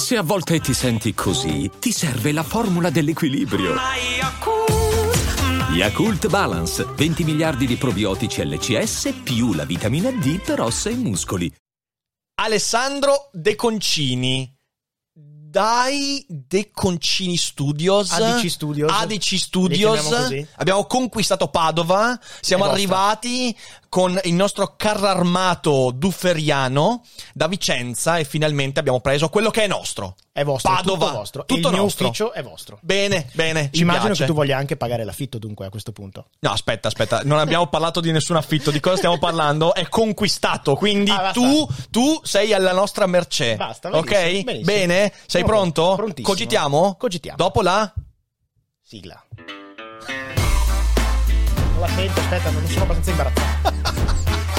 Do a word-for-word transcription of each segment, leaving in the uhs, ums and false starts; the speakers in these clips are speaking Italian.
Se a volte ti senti così, ti serve la formula dell'equilibrio. Yakult Balance, venti miliardi di probiotici L C S più la vitamina D per ossa e muscoli. Alessandro De Concini, dai De Concini Studios, A D C Studios, A D C Studios. Così. Abbiamo conquistato Padova, siamo arrivati con il nostro carro armato dufferiano da Vicenza e finalmente abbiamo preso quello che è nostro. È vostro, Padova, tutto vostro. tutto il mio nostro. ufficio è vostro. Bene, bene, ci Immagino piace. che tu voglia anche pagare l'affitto, dunque, a questo punto. No, aspetta, aspetta, non abbiamo parlato di nessun affitto, di cosa stiamo parlando? È conquistato, quindi Ah, tu, tu sei alla nostra mercé. Basta, ok? benissimo, benissimo. Bene? Sei Sono pronto? prontissimo. Cogitiamo? Cogitiamo. Dopo la... Sigla. Non la sento, aspetta, non sono abbastanza imbarazzato.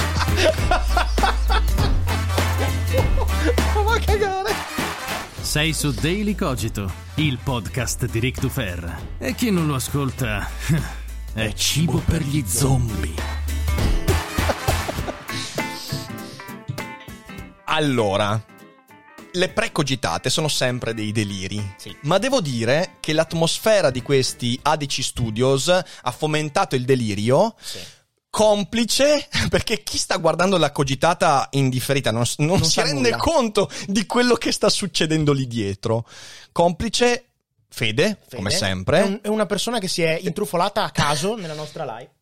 Ma cagare! Sei su Daily Cogito, il podcast di Ric Dufer. E chi non lo ascolta è cibo per gli zombie. Allora, le precogitate sono sempre dei deliri, Sì. ma devo dire che l'atmosfera di questi A D C Studios ha fomentato il delirio. Sì. Complice, perché chi sta guardando la cogitata in differita non, non Non si sa rende nulla. conto di quello che sta succedendo lì dietro. Complice Fede, Fede come È, sempre. un- è una persona che si è intrufolata a caso nella nostra live.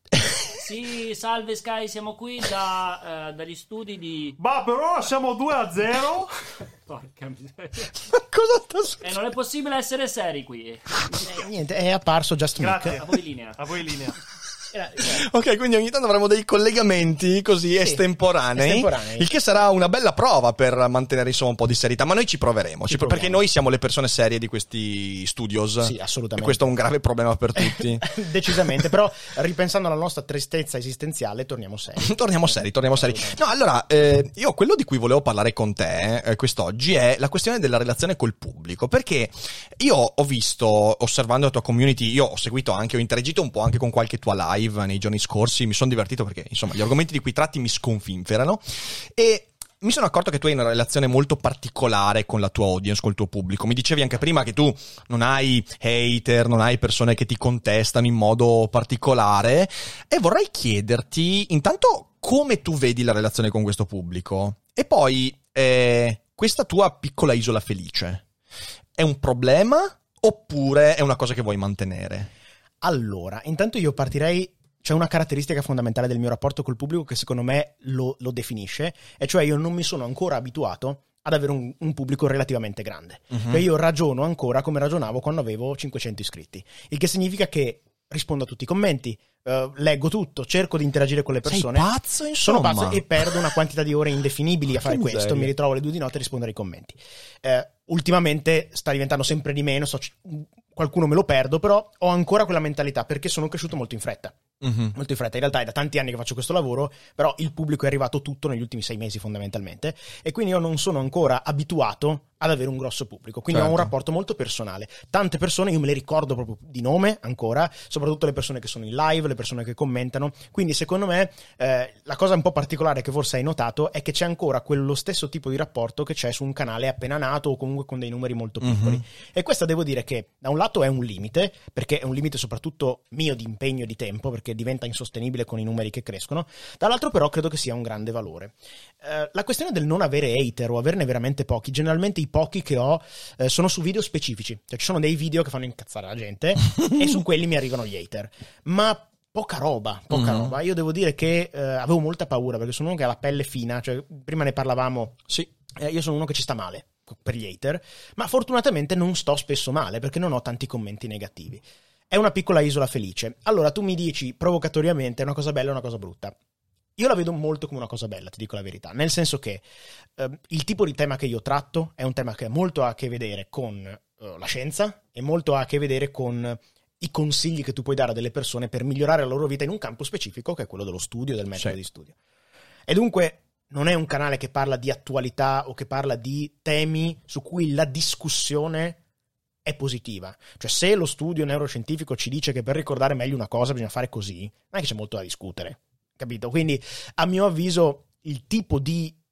Sì, salve Sky, siamo qui da, eh, dagli studi di... Ma però siamo due a zero. Porca miseria. Ma cosa sta E succedendo? non è possibile essere seri qui. Eh, niente, è apparso Just Grazie. Mick. A voi linea. A voi linea. Era- Ok, quindi ogni tanto avremo dei collegamenti così estemporanei, estemporanei. il che sarà una bella prova per mantenere insomma un po' di serietà, ma noi ci proveremo, Ci ci pro- proviamo. perché noi siamo le persone serie di questi studios. Sì, assolutamente. E questo è un grave problema per tutti. Decisamente, però ripensando alla nostra tristezza esistenziale torniamo seri. Torniamo seri, torniamo seri. No, allora, eh, io quello di cui volevo parlare con te eh, quest'oggi è la questione della relazione col pubblico, perché io ho visto, osservando la tua community, io ho seguito anche, ho interagito un po' anche con qualche tua live nei giorni scorsi, mi sono divertito perché, insomma, gli argomenti di cui tratti mi sconfinferano e mi sono accorto che tu hai una relazione molto particolare con la tua audience, col tuo pubblico. Mi dicevi anche prima che tu non hai hater, non hai persone che ti contestano in modo particolare e vorrei chiederti intanto come tu vedi la relazione con questo pubblico e poi eh, questa tua piccola isola felice è un problema oppure è una cosa che vuoi mantenere? Allora, intanto io partirei. C'è una caratteristica fondamentale del mio rapporto col pubblico che secondo me lo, lo definisce, e cioè io non mi sono ancora abituato ad avere un, un pubblico relativamente grande. Mhm. Cioè io ragiono ancora come ragionavo quando avevo cinquecento iscritti, il che significa che rispondo a tutti i commenti, eh, leggo tutto, cerco di interagire con le persone. Sei pazzo, Sono insomma. pazzo e perdo una quantità di ore indefinibili a Che fare questo, miseria. mi ritrovo alle due di notte a rispondere ai commenti. Eh, ultimamente sta diventando sempre di meno, so, c- qualcuno me lo perdo, però ho ancora quella mentalità perché sono cresciuto molto in fretta. Mhm. Molto in fretta, in realtà è da tanti anni che faccio questo lavoro, però il pubblico è arrivato tutto negli ultimi sei mesi fondamentalmente, e quindi io non sono ancora abituato ad avere un grosso pubblico, quindi ho un Certo. rapporto molto personale. Tante persone io me le ricordo proprio di nome ancora, soprattutto le persone che sono in live, le persone che commentano, quindi secondo me eh, la cosa un po' particolare che forse hai notato è che c'è ancora quello stesso tipo di rapporto che c'è su un canale appena nato o comunque con dei numeri molto piccoli. Mhm. E questo devo dire che da un lato è un limite, perché è un limite soprattutto mio di impegno e di tempo, perché diventa insostenibile con i numeri che crescono. Dall'altro però credo che sia un grande valore. Eh, la questione del non avere hater o averne veramente pochi, generalmente i pochi che ho eh, sono su video specifici, cioè ci sono dei video che fanno incazzare la gente e su quelli mi arrivano gli hater, ma poca roba, poca Mhm. roba. Io devo dire che eh, avevo molta paura perché sono uno che ha la pelle fina, cioè prima ne parlavamo. Sì. Eh, io sono uno che ci sta male per gli hater, ma fortunatamente non sto spesso male perché non ho tanti commenti negativi. È una piccola isola felice. Allora tu mi dici provocatoriamente è una cosa bella o una cosa brutta. Io la vedo molto come una cosa bella, ti dico la verità, nel senso che eh, il tipo di tema che io tratto è un tema che ha molto a che vedere con eh, la scienza e molto a che vedere con i consigli che tu puoi dare a delle persone per migliorare la loro vita in un campo specifico che è quello dello studio, del metodo Sì. di studio. E dunque non è un canale che parla di attualità o che parla di temi su cui la discussione è positiva. Cioè se lo studio neuroscientifico ci dice che per ricordare meglio una cosa bisogna fare così, non è che c'è molto da discutere, capito? Quindi a mio avviso il tipo di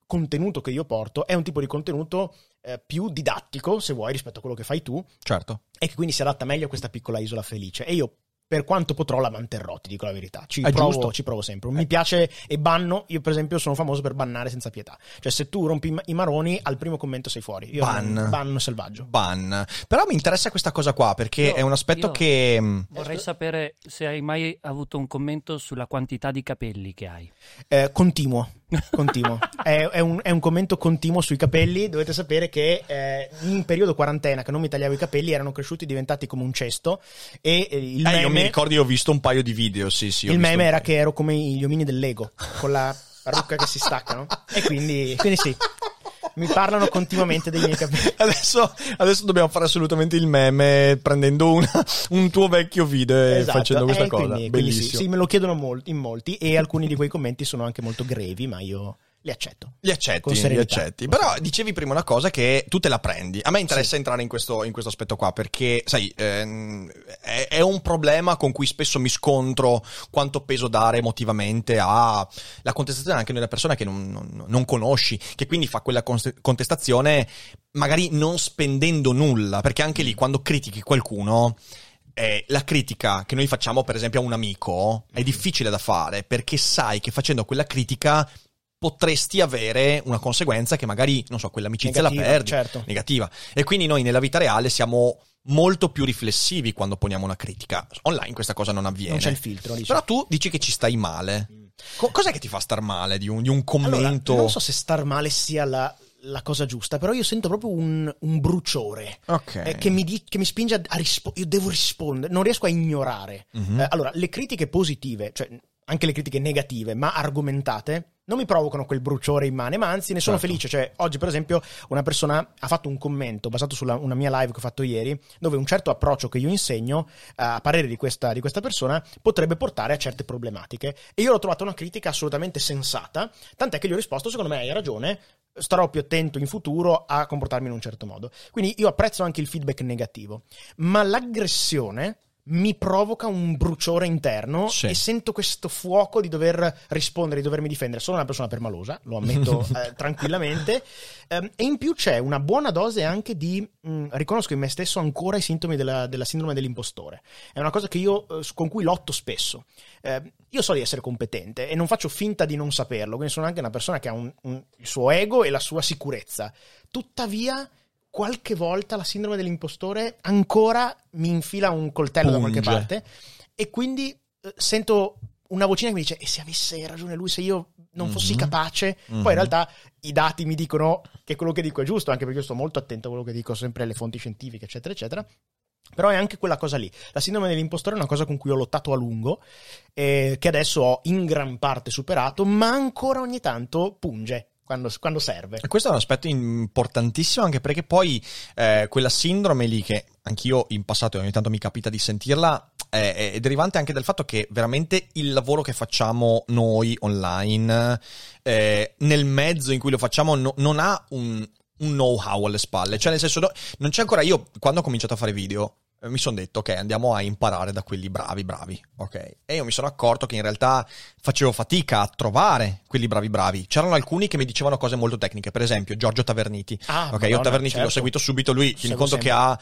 contenuto che io porto è un tipo di contenuto eh, più didattico, se vuoi, rispetto a quello che fai tu, Certo. e che quindi si adatta meglio a questa piccola isola felice. E io, per quanto potrò, la manterrò, ti dico la verità. Ci, È provo, giusto. ci provo sempre. Mi piace e banno. Io, per esempio, sono famoso per bannare senza pietà. Cioè, se tu rompi i maroni, al primo commento sei fuori. Io Ban. non- banno selvaggio. Ban. Però mi interessa questa cosa qua, perché Io- è un aspetto io- che... mh, Vorrei sapere se hai mai avuto un commento sulla quantità di capelli che hai. Eh, continuo. Continuo. è, è, un, è un commento continuo sui capelli. Dovete sapere che eh, in periodo quarantena, che non mi tagliavo i capelli, erano cresciuti, diventati come un cesto. E eh, il Eh, meme, io mi ricordo, io ho visto un paio di video, sì, sì. ho il visto meme un era paio. che ero come gli omini del Lego, con la parrucca che si staccano. E quindi, quindi sì, mi parlano continuamente dei miei capelli. Adesso, adesso dobbiamo fare assolutamente il meme prendendo una- un tuo vecchio video e Esatto, facendo questa eh, cosa. quindi- quindi sì, Bellissimo. sì, me lo chiedono mol- in molti, e alcuni di quei commenti sono anche molto grevi, ma io li accetto. Li accetti, Con li serenità. accetti. Però dicevi prima una cosa che tu te la prendi. A me interessa Sì. entrare in questo, in questo aspetto qua, perché, sai, ehm, è, è un problema con cui spesso mi scontro quanto peso dare emotivamente alla contestazione anche nella persona che non, non- non conosci, che quindi fa quella cons- contestazione magari non spendendo nulla, perché anche lì quando critichi qualcuno... Eh, la critica che noi facciamo per esempio a un amico è difficile da fare, perché sai che facendo quella critica potresti avere una conseguenza che magari, non so, quell'amicizia Negativa, la perdi, certo. negativa. E quindi noi nella vita reale siamo molto più riflessivi quando poniamo una critica. Online questa cosa non avviene. Non c'è il filtro, dici. Però tu dici che ci stai male. Co- cos'è che ti fa star male di un, di un commento? Allora, non so se star male sia la, la cosa giusta, però io sento proprio un, un bruciore Ok. eh, che, mi di- che mi spinge a, a rispondere. Io devo rispondere, non riesco a ignorare. Mhm. Eh, allora, le critiche positive, cioè anche le critiche negative, ma argomentate, non mi provocano quel bruciore immane, ma anzi ne sono Certo. felice. Cioè, oggi, per esempio, una persona ha fatto un commento basato sulla una mia live che ho fatto ieri, dove un certo approccio che io insegno, a parere di questa, di questa persona, potrebbe portare a certe problematiche. E io l'ho trovata una critica assolutamente sensata, tant'è che gli ho risposto: secondo me hai ragione, starò più attento in futuro a comportarmi in un certo modo. Quindi io apprezzo anche il feedback negativo, ma l'aggressione mi provoca un bruciore interno, Sì. e sento questo fuoco di dover rispondere, di dovermi difendere. Sono una persona permalosa, lo ammetto eh, tranquillamente, Ehm, e in più c'è una buona dose anche di mh, riconosco in me stesso ancora i sintomi della, della sindrome dell'impostore. È una cosa che io eh, con cui lotto spesso. Eh, io so di essere competente e non faccio finta di non saperlo, quindi sono anche una persona che ha un, un, il suo ego e la sua sicurezza. Tuttavia, qualche volta la sindrome dell'impostore ancora mi infila un coltello da qualche Punge. parte, e quindi eh, sento una vocina che mi dice: e se avesse ragione lui, se io non fossi Mhm. capace? Mhm. Poi in realtà i dati mi dicono che quello che dico è giusto, anche perché io sto molto attento a quello che dico, sempre alle fonti scientifiche, eccetera, eccetera. Però è anche quella cosa lì. La sindrome dell'impostore è una cosa con cui ho lottato a lungo, eh, che adesso ho in gran parte superato, ma ancora ogni tanto punge quando, quando serve. E questo è un aspetto importantissimo, anche perché poi eh, quella sindrome lì, che anch'io in passato ogni tanto mi capita di sentirla, è, è derivante anche dal fatto che veramente il lavoro che facciamo noi online, eh, nel mezzo in cui lo facciamo, no- non ha un, un know-how alle spalle. Cioè, nel senso, no- non c'è ancora. Io, quando ho cominciato a fare video, eh, mi sono detto, ok, andiamo a imparare da quelli bravi, bravi, ok? E io mi sono accorto che in realtà facevo fatica a trovare quelli bravi, bravi. C'erano alcuni che mi dicevano cose molto tecniche, per esempio Giorgio Taverniti. Ah, ok, Madonna, io Taverniti certo. l'ho seguito subito, lui, tieni Seguo conto che ha,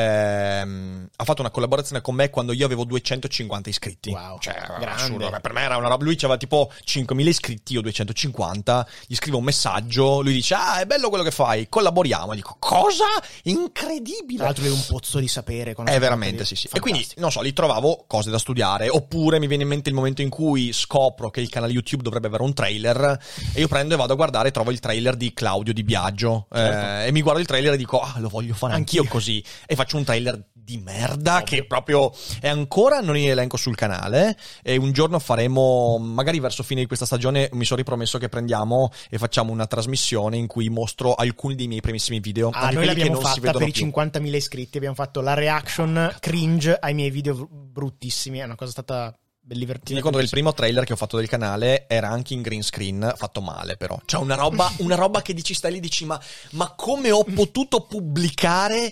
ehm, ha fatto una collaborazione con me quando io avevo duecentocinquanta iscritti. Wow, Cioè, era grande. assurdo. Per me era una roba. Lui aveva tipo cinquemila iscritti, io duecentocinquanta. Gli scrivo un messaggio, lui dice: ah, è bello quello che fai, collaboriamo. E dico: cosa? Incredibile! Tra l'altro lui è un pozzo di sapere. quando Eh, si veramente, tratta sì, di- sì. E quindi, fantastico. non so, lì trovavo cose da studiare. Oppure mi viene in mente il momento in cui scopro che il canale YouTube dovrebbe avere un trailer, e io prendo e vado a guardare e trovo il trailer di Claudio Di Biagio. Certo. Eh, e mi guardo il trailer e dico: ah, lo voglio fare anch'io, Anch'io. così. E faccio un trailer di merda, Ovvio. che proprio è ancora non in elenco sul canale. E un giorno faremo, magari verso fine di questa stagione, mi sono ripromesso che prendiamo e facciamo una trasmissione in cui mostro alcuni dei miei primissimi video. Ah, anche noi quelli che l'abbiamo non si fatta vedono per i più. cinquantamila iscritti, abbiamo fatto la reaction cringe ai miei video br- bruttissimi, è una cosa stata Ti divertente. dico che il primo trailer che ho fatto del canale era anche in green screen, fatto male però. Cioè una roba, una roba che dici, stai lì e dici: ma, ma come ho potuto pubblicare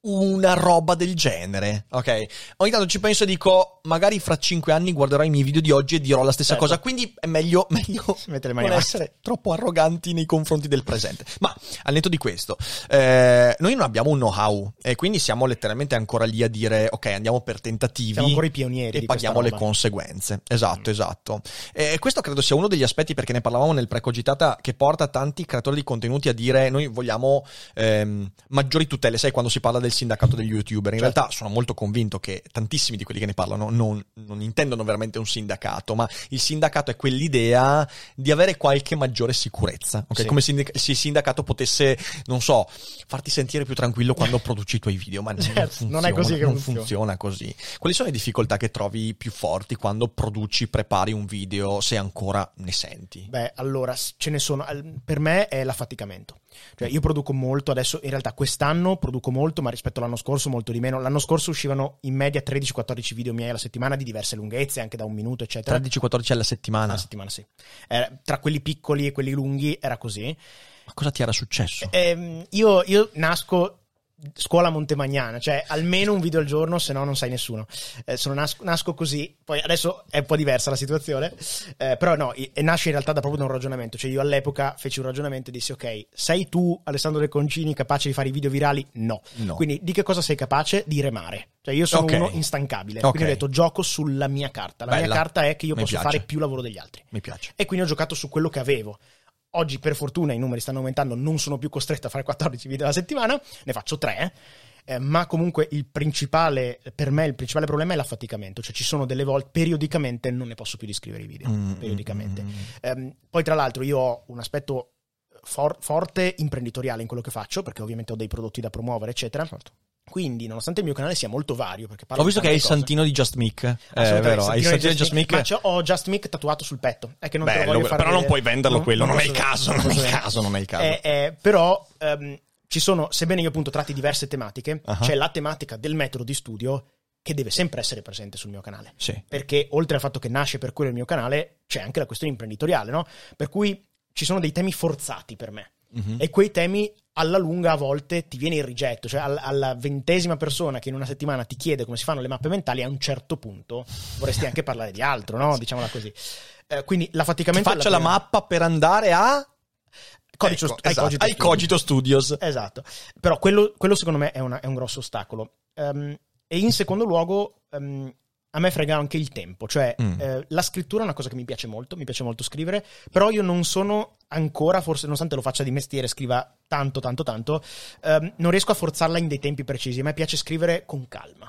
una roba del genere, ok? Ogni tanto ci penso e dico, magari fra cinque anni guarderò i miei video di oggi e dirò la stessa certo. cosa, quindi è meglio, meglio mettere le mani non avanti. essere troppo arroganti nei confronti del presente. Ma al netto di questo, eh, noi non abbiamo un know-how e quindi siamo letteralmente ancora lì a dire, ok, andiamo per tentativi. Siamo ancora i pionieri e di paghiamo le questa roba. conseguenze. Esatto, mm. esatto. E questo credo sia uno degli aspetti, perché ne parlavamo nel precogitata, che porta tanti creatori di contenuti a dire noi vogliamo ehm, maggiori tutele. Sai, quando si parla del sindacato degli youtuber, in certo. realtà sono molto convinto che tantissimi di quelli che ne parlano non, non intendono veramente un sindacato, ma il sindacato è quell'idea di avere qualche maggiore sicurezza, ok? Sì. Come se il sindacato potesse, non so, farti sentire più tranquillo quando produci i tuoi video, ma certo, non funziona, non è così che non funziona. funziona così. Quali sono le difficoltà che trovi più forti quando produci, prepari un video, se ancora ne senti? Beh, allora, ce ne sono. Per me è l'affaticamento. Cioè, io produco molto, adesso in realtà quest'anno produco molto, ma rispetto all'anno scorso molto di meno. L'anno scorso uscivano in media tredici quattordici video miei alla settimana, di diverse lunghezze, anche da un minuto, eccetera. tredici quattordici alla settimana? Alla settimana, sì. Eh, tra quelli piccoli e quelli lunghi era così. Ma cosa ti era successo? Eh, io, io nasco... scuola montemagnana, cioè almeno un video al giorno, se no non sai nessuno. Eh, sono nasco, nasco così, poi adesso è un po' diversa la situazione, eh, però no, e nasce in realtà da proprio da un ragionamento. Cioè io all'epoca feci un ragionamento e dissi, ok, sei tu, Alessandro De Concini, capace di fare i video virali? No. no. Quindi di che cosa sei capace? Di remare. Cioè io sono okay. uno instancabile, okay. quindi ho detto gioco sulla mia carta. La Bella. mia carta è che io Mi posso piace. fare più lavoro degli altri. Mi piace. E quindi ho giocato su quello che avevo. Oggi per fortuna i numeri stanno aumentando, non sono più costretto a fare quattordici video alla settimana, ne faccio tre. Eh, ma comunque il principale, per me il principale problema è l'affaticamento. Cioè ci sono delle volte, periodicamente non ne posso più di scrivere i video, mm, periodicamente. Mm, eh, poi tra l'altro io ho un aspetto for- forte imprenditoriale in quello che faccio, perché ovviamente ho dei prodotti da promuovere, eccetera. Certo. Quindi nonostante il mio canale sia molto vario, perché parlo ho visto di che hai il tante santino di Just Mic, eh, cose. vero? Hai il santino di Just Mic, ma c'ho- ho Just Mic tatuato sul petto. È che non te lo bello, voglio far però non vedere. puoi venderlo quello, non, è il posso- caso, non è posso il vendere. caso, non è il caso. Eh, eh, però ehm, ci sono, sebbene io appunto tratti diverse tematiche, Uh-huh. c'è la tematica del metodo di studio che deve sempre essere presente sul mio canale. Sì. Perché oltre al fatto che nasce per quello il mio canale, c'è anche la questione imprenditoriale, no? Per cui ci sono dei temi forzati per me. Mhm. E quei temi alla lunga a volte ti viene il rigetto, cioè alla, alla ventesima persona che in una settimana ti chiede come si fanno le mappe mentali, a un certo punto vorresti anche parlare di altro, no? Diciamola così. Eh, quindi Ti l'affaticamento... faccio la mappa per andare a... Cogito, Ecco, ai esatto, Cogito ai Studios. Cogito Studios. Esatto, però quello, quello secondo me è, una, è un grosso ostacolo. Um, e in secondo luogo um, a me frega anche il tempo, cioè Mm. eh, la scrittura è una cosa che mi piace molto, mi piace molto scrivere, però io non sono ancora, forse nonostante lo faccia di mestiere, scriva tanto tanto tanto, um, non riesco a forzarla in dei tempi precisi. A me piace scrivere con calma.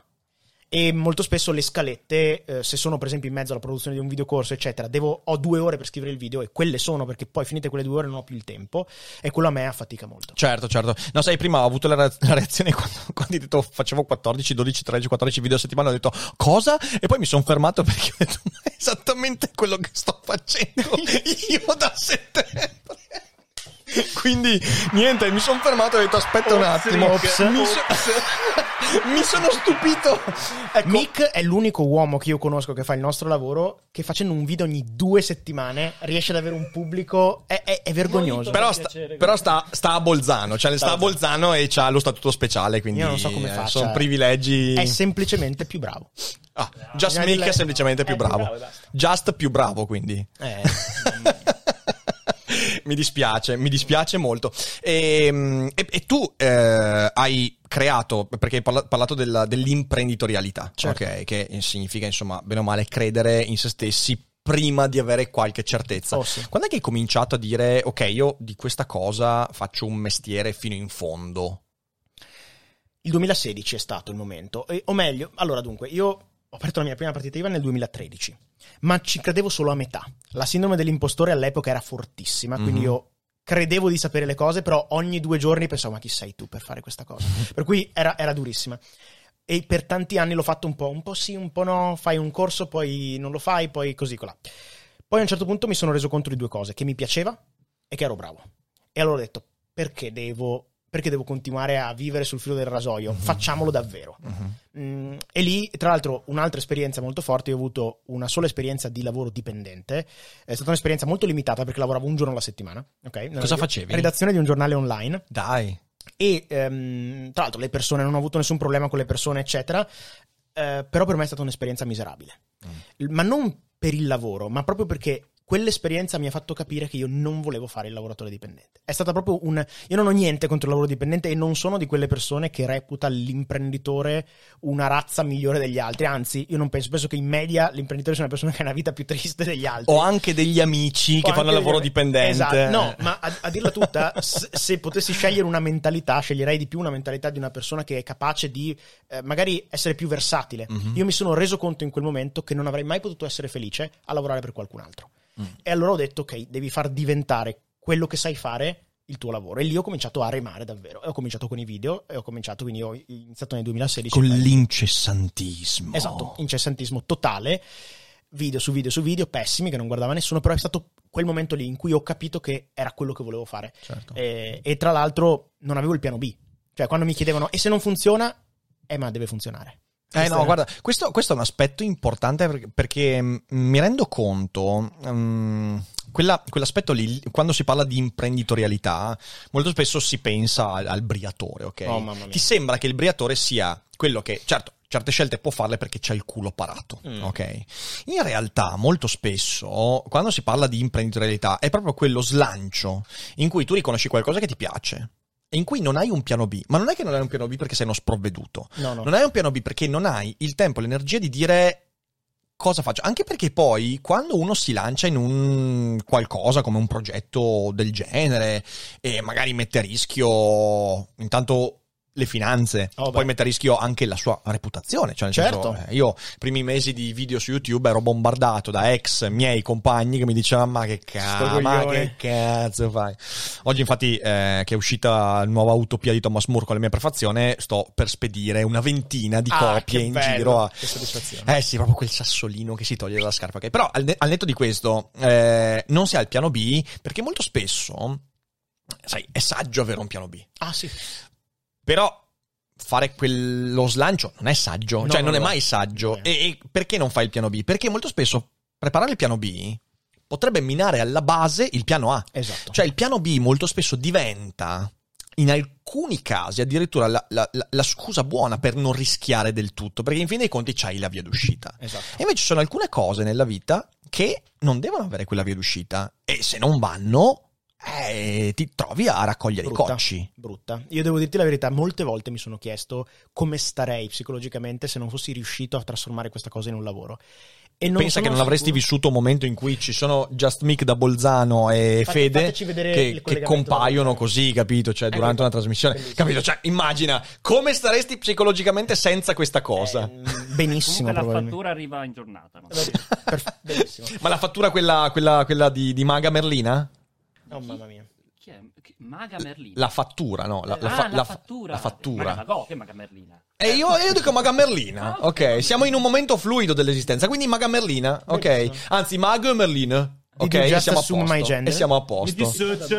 E molto spesso le scalette, eh, se sono per esempio in mezzo alla produzione di un videocorso eccetera, devo, ho due ore per scrivere il video e quelle sono, perché poi finite quelle due ore non ho più il tempo, e quello a me affatica molto. Certo, certo. No, sai, prima ho avuto la, re- la reazione quando, quando hai detto facevo quattordici, dodici, tredici, quattordici video a settimana, ho detto cosa? E poi mi sono fermato perché ho detto ma è esattamente quello che sto facendo io da settembre. Quindi niente, mi sono fermato e ho detto aspetta un attimo, ops, mi, so- mi sono stupito. Ecco. Mick è l'unico uomo che io conosco che fa il nostro lavoro che facendo un video ogni due settimane riesce ad avere un pubblico, è, è, è vergognoso. Però, sta, però sta, sta a Bolzano, cioè sta a Bolzano e c'ha lo statuto speciale, quindi Io non so come eh, faccia. sono privilegi. È semplicemente più bravo. Ah, Just bisogna Mick dirle- è semplicemente più è più bravo. bravo e basta. Just più bravo, quindi. Eh, Mi dispiace, mi dispiace molto. E, e, e tu eh, hai creato, perché hai parla- parlato della, dell'imprenditorialità, Certo. ok? Che significa, insomma, bene o male, credere in se stessi prima di avere qualche certezza. Oh, sì. Quando è che hai cominciato a dire, ok, io di questa cosa faccio un mestiere fino in fondo? il duemilasedici è stato il momento, e, o meglio, allora dunque, io ho aperto la mia prima partita I V A nel duemilatredici, ma ci credevo solo a metà. La sindrome dell'impostore all'epoca era fortissima, quindi Mhm. io credevo di sapere le cose, però ogni due giorni pensavo ma chi sei tu per fare questa cosa? Per cui era, era durissima. E per tanti anni l'ho fatto un po', un po' sì, un po' no, fai un corso, poi non lo fai, poi così colà. Poi a un certo punto mi sono reso conto di due cose, che mi piaceva e che ero bravo. E allora ho detto, perché devo, perché devo continuare a vivere sul filo del rasoio? Mhm. Facciamolo davvero. Mm, e lì, tra l'altro, un'altra esperienza molto forte, io ho avuto una sola esperienza di lavoro dipendente, è stata un'esperienza molto limitata perché lavoravo un giorno alla settimana, ok? Cosa facevi? Redazione di un giornale online. Dai. E ehm, tra l'altro le persone, non ho avuto nessun problema con le persone, eccetera, eh, però per me è stata un'esperienza miserabile. Mm. Ma non per il lavoro, ma proprio perché quell'esperienza mi ha fatto capire che io non volevo fare il lavoratore dipendente. È stata proprio un... Io non ho niente contro il lavoro dipendente e non sono di quelle persone che reputa l'imprenditore una razza migliore degli altri. Anzi, io non penso. Penso che in media l'imprenditore sia una persona che ha una vita più triste degli altri. O anche degli amici che fanno lavoro degli... dipendente. Esatto. No, ma a, a dirla tutta, se, se potessi scegliere una mentalità, sceglierei di più una mentalità di una persona che è capace di eh, magari essere più versatile. Mm-hmm. Io mi sono reso conto in quel momento che non avrei mai potuto essere felice a lavorare per qualcun altro. Mm. E allora ho detto, ok, devi far diventare quello che sai fare il tuo lavoro. E lì ho cominciato a remare davvero. E ho cominciato con i video e ho cominciato, quindi ho iniziato nel duemilasedici. Con l'incessantismo. Esatto, incessantismo totale. Video su video su video, pessimi, che non guardava nessuno, però è stato quel momento lì in cui ho capito che era quello che volevo fare. Certo. E, e tra l'altro non avevo il piano B. Cioè, quando mi chiedevano, e se non funziona? Eh, ma deve funzionare. Eh no, guarda, questo, questo è un aspetto importante perché, perché mh, mi rendo conto, um, quella, quell'aspetto lì, quando si parla di imprenditorialità, molto spesso si pensa al, al briatore, ok? Oh, mamma mia. Ti sembra che il briatore sia quello che, certo, certe scelte può farle perché c'ha il culo parato, mm. ok? In realtà, molto spesso, quando si parla di imprenditorialità, è proprio quello slancio in cui tu riconosci qualcosa che ti piace, in cui non hai un piano B, ma non è che non hai un piano B perché sei uno sprovveduto, no, no. non hai un piano B perché non hai il tempo e l'energia di dire cosa faccio, anche perché poi quando uno si lancia in un qualcosa come un progetto del genere e magari mette a rischio intanto le finanze, oh, poi mette a rischio anche la sua reputazione, cioè nel certo. senso, eh, io i primi mesi di video su YouTube ero bombardato da ex miei compagni che mi dicevano ma che cazzo, ma che cazzo fai? Oggi infatti eh, che è uscita la nuova Utopia di Thomas More con la mia prefazione, sto per spedire una ventina di ah, copie in bello. giro a... Che soddisfazione. Eh sì, proprio quel sassolino che si toglie dalla scarpa, okay? Però al, ne- al netto di questo eh, non si ha il piano B perché molto spesso, sai, è saggio avere un piano B. Ah sì. Però fare quello slancio non è saggio, no, cioè no, non no. è mai saggio. No. E, e perché non fai il piano B? Perché molto spesso preparare il piano B potrebbe minare alla base il piano A. Esatto. Cioè il piano B molto spesso diventa, in alcuni casi, addirittura la, la, la, la scusa buona per non rischiare del tutto, perché in fin dei conti c'hai la via d'uscita. Esatto. E invece ci sono alcune cose nella vita che non devono avere quella via d'uscita e se non vanno... Eh, ti trovi a raccogliere brutta, i cocci. Brutta. Io devo dirti la verità, molte volte mi sono chiesto come starei psicologicamente se non fossi riuscito a trasformare questa cosa in un lavoro. E non pensa che non avresti sicuro... vissuto un momento in cui ci sono Just Mick da Bolzano e Fate, Fede che, che compaiono così, capito? Cioè durante una trasmissione, bellissimo. capito? Cioè immagina come staresti psicologicamente senza questa cosa. Eh, benissimo. Comunque la fattura arriva in giornata, no? Perf- benissimo. Ma la fattura quella, quella, quella di, di Maga Merlina? Oh mamma mia. Chi è? Maga Merlina? La fattura, no? La, la, ah, fa- la, la fattura. La fattura. Maga Mago, che Maga Merlina? E io, io dico Maga Merlina, Ah, ok? Siamo in un momento fluido dell'esistenza, quindi Maga Merlina, ok? Benissimo. Anzi, Maga Merlina, ok? Did you E just siamo a assume my posto. gender? E siamo a posto.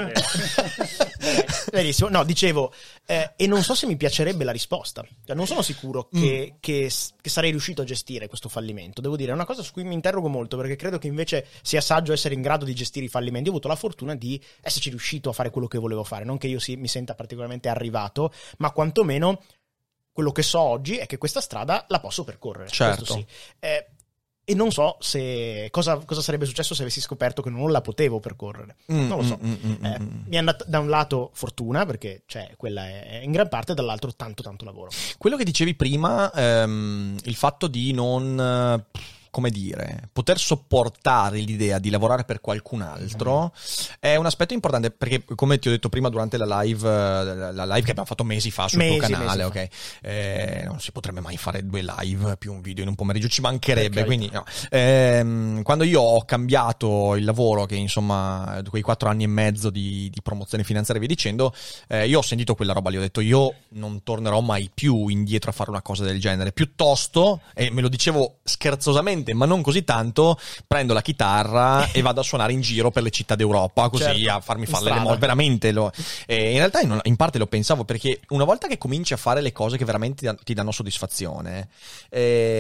Benissimo. No, dicevo, eh, e non so se mi piacerebbe la risposta. Cioè, non sono sicuro che, Mm. che, che sarei riuscito a gestire questo fallimento. Devo dire, è una cosa su cui mi interrogo molto, perché credo che invece sia saggio essere in grado di gestire i fallimenti. Io ho avuto la fortuna di esserci riuscito a fare quello che volevo fare. Non che io si, mi senta particolarmente arrivato, ma quantomeno quello che so oggi è che questa strada la posso percorrere. Certo. Questo sì. Eh, E non so se cosa, cosa sarebbe successo se avessi scoperto che non la potevo percorrere. Mm, non lo so. mm, mm, Eh, mm. mi è andata da un lato fortuna, perché cioè, quella è in gran parte, dall'altro tanto tanto lavoro. Quello che dicevi prima, ehm, il fatto di non, eh, come dire, poter sopportare l'idea di lavorare per qualcun altro mm. è un aspetto importante, perché come ti ho detto prima durante la live, eh, la live che abbiamo fatto mesi fa sul Mesi, tuo canale, mesi ok? Eh, non si potrebbe mai fare due live più un video in un pomeriggio, ci mancherebbe, Per quindi no. Ehm, quando io ho cambiato il lavoro, che insomma quei quattro anni e mezzo di, di promozione finanziaria e via dicendo, eh, io ho sentito quella roba lì, ho detto io non tornerò mai più indietro a fare una cosa del genere, piuttosto, e me lo dicevo scherzosamente ma non così tanto, prendo la chitarra e vado a suonare in giro per le città d'Europa, così certo, a farmi in fare le strada. mo- veramente lo, e in realtà in, in parte lo pensavo, perché una volta che cominci a fare le cose che veramente ti dan- ti danno soddisfazione, eh,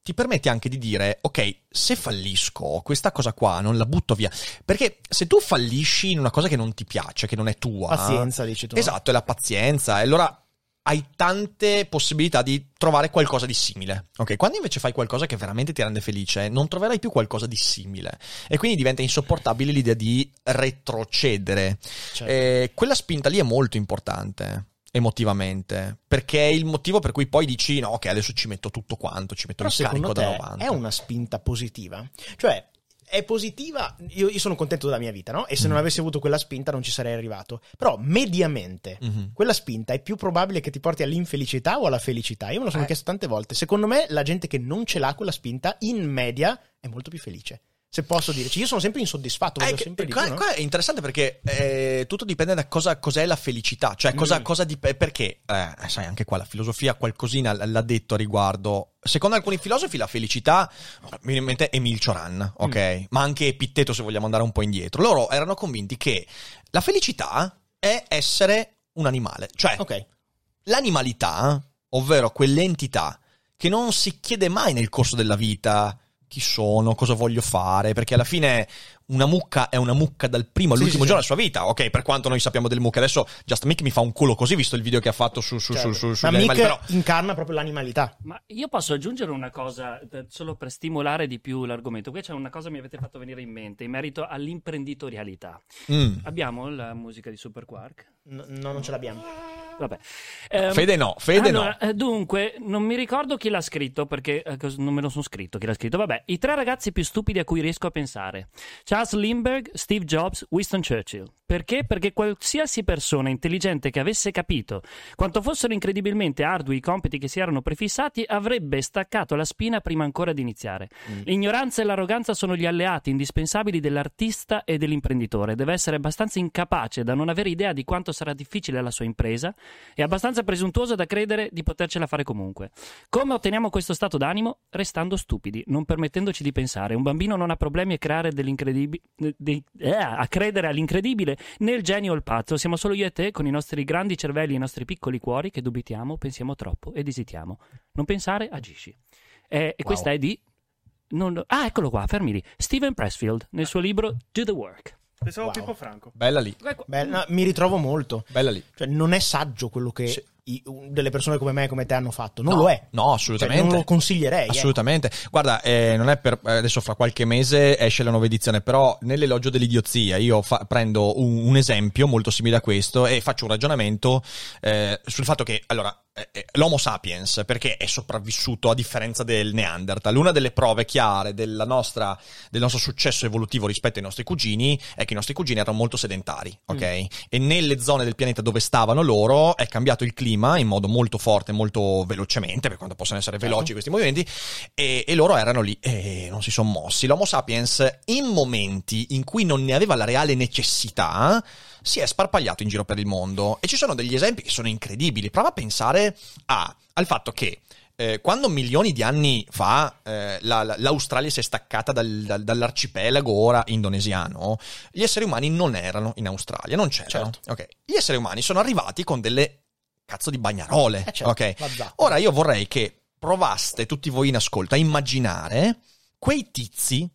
ti permette anche di dire, ok, se fallisco, questa cosa qua non la butto via. Perché se tu fallisci in una cosa che non ti piace, che non è tua... Pazienza, dici tu. Esatto, è la pazienza. E allora hai tante possibilità di trovare qualcosa di simile. Ok, quando invece fai qualcosa che veramente ti rende felice, non troverai più qualcosa di simile. E quindi diventa insopportabile l'idea di retrocedere. Certo. E quella spinta lì è molto importante emotivamente, perché è il motivo per cui poi dici no, ok, adesso ci metto tutto quanto, ci metto Però il carico secondo da te novanta. è una spinta positiva? Cioè, è positiva, io, io sono contento della mia vita, no? E se Mm. non avessi avuto quella spinta non ci sarei arrivato. Però mediamente Mhm. quella spinta è più probabile che ti porti all'infelicità o alla felicità? Io me lo sono Eh. chiesto tante volte. Secondo me la gente che non ce l'ha quella spinta in media è molto più felice. Se posso dirci, io sono sempre insoddisfatto, voglio Eh, che- sempre di qua, più, no? qua è interessante perché eh, tutto dipende da cosa cos'è la felicità, cioè cosa, Mm. cosa dip- perché eh, sai, anche qua la filosofia qualcosina l- l'ha detto a riguardo. Secondo alcuni filosofi la felicità, mi viene in mente Emile Cioran, ok, Mm. ma anche Epitteto, se vogliamo andare un po' indietro. Loro erano convinti che la felicità è essere un animale, cioè Ok. l'animalità, ovvero quell'entità che non si chiede mai nel corso della vita chi sono, cosa voglio fare, perché alla fine una mucca è una mucca dal primo Sì, all'ultimo sì, giorno sì. della sua vita, ok, per quanto noi sappiamo delle mucche. Adesso Just Mick mi fa un culo così, visto il video che ha fatto su, su, Certo. su, su, Ma sugli Mick animali, però... incarna proprio l'animalità. Ma io posso aggiungere una cosa, eh, solo per stimolare di più l'argomento. Qui c'è una cosa che mi avete fatto venire in mente in merito all'imprenditorialità. Mm. Abbiamo la musica di Super Quark. No, no, non ce l'abbiamo. Vabbè. Ehm, Fede no, Fede allora, no. eh, dunque, non mi ricordo chi l'ha scritto perché eh, cos- non me lo sono scritto chi l'ha scritto. Vabbè, i tre ragazzi più stupidi a cui riesco a pensare: Charles Lindbergh, Steve Jobs, Winston Churchill. Perché? Perché qualsiasi persona intelligente che avesse capito quanto fossero incredibilmente ardui i compiti che si erano prefissati avrebbe staccato la spina prima ancora di iniziare. L'ignoranza e l'arroganza sono gli alleati indispensabili dell'artista e dell'imprenditore. Deve essere abbastanza incapace da non avere idea di quanto sarà difficile la sua impresa e abbastanza presuntuoso da credere di potercela fare comunque. Come otteniamo questo stato d'animo? Restando stupidi, non permettendoci di pensare. Un bambino non ha problemi a creare dell'incredibile, di- eh, a credere all'incredibile né il genio o il pazzo. Siamo solo io e te con i nostri grandi cervelli e i nostri piccoli cuori che dubitiamo, pensiamo troppo ed esitiamo. Non pensare, agisci. Eh, e questa è di... non- ah, eccolo qua, fermi lì. Steven Pressfield, nel suo libro Do the Work. Pensavo Wow. Pippo Franco. Bella lì, Beh, no, mi ritrovo molto. bella lì. Cioè, non è saggio quello che Sì. i- delle persone come me e come te hanno fatto. Non No, lo è. no, assolutamente. Cioè, non lo consiglierei. Assolutamente. Guarda, eh, non è per adesso fra qualche mese esce la nuova edizione, però nell'elogio dell'idiozia io fa- prendo un, un esempio molto simile a questo e faccio un ragionamento eh, sul fatto che allora eh, eh, l'Homo sapiens perché è sopravvissuto a differenza del Neanderthal. Una delle prove chiare della nostra, del nostro successo evolutivo rispetto ai nostri cugini è che i nostri cugini erano molto sedentari, ok? Mm. E nelle zone del pianeta dove stavano loro è cambiato il clima in modo molto forte, molto velocemente, per quanto possono essere Certo. veloci questi movimenti, e, e loro erano lì e non si sono mossi. L'Homo sapiens, in momenti in cui non ne aveva la reale necessità, si è sparpagliato in giro per il mondo. E ci sono degli esempi che sono incredibili. Prova a pensare a, al fatto che eh, quando milioni di anni fa eh, la- la- l'Australia si è staccata dal- dal- dall'arcipelago ora indonesiano, gli esseri umani non erano in Australia, non c'erano. Certo. Ok. Gli esseri umani sono arrivati con delle cazzo di bagnarole. Eh, certo, ok. la zappa. Ora io vorrei che provaste tutti voi in ascolto a immaginare quei tizi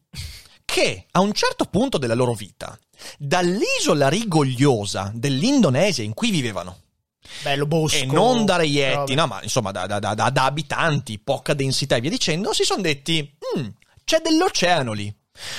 che a un certo punto della loro vita, dall'isola rigogliosa dell'Indonesia in cui vivevano, Bello bosco. e non da reietti, robe. no, ma insomma da, da- da- da- da abitanti, poca densità e via dicendo, si sono detti, "Mm, c'è dell'oceano lì.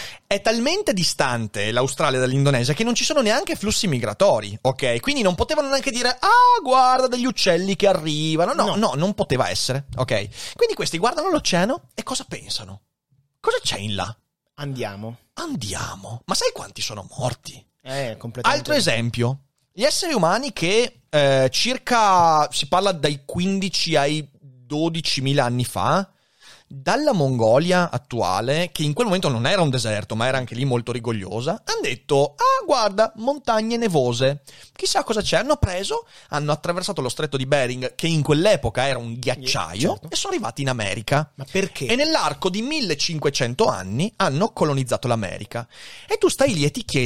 È talmente distante l'Australia dall'Indonesia che non ci sono neanche flussi migratori, ok? Quindi non potevano neanche dire, ah, guarda degli uccelli che arrivano. No, no, No. non poteva essere, ok? Quindi questi guardano l'oceano e cosa pensano? Cosa c'è in là? Andiamo. Andiamo. Ma sai quanti sono morti? Eh, completamente. Altro esempio, gli esseri umani che eh, circa, si parla dai quindici ai dodicimila anni fa, dalla Mongolia attuale, che in quel momento non era un deserto, ma era anche lì molto rigogliosa, hanno detto, ah guarda, montagne nevose, chissà cosa c'è, hanno preso, hanno attraversato lo stretto di Bering, che in quell'epoca era un ghiacciaio, Certo. e sono arrivati in America. Ma perché? E nell'arco di millecinquecento anni hanno colonizzato l'America. E tu stai lì e ti chiedi,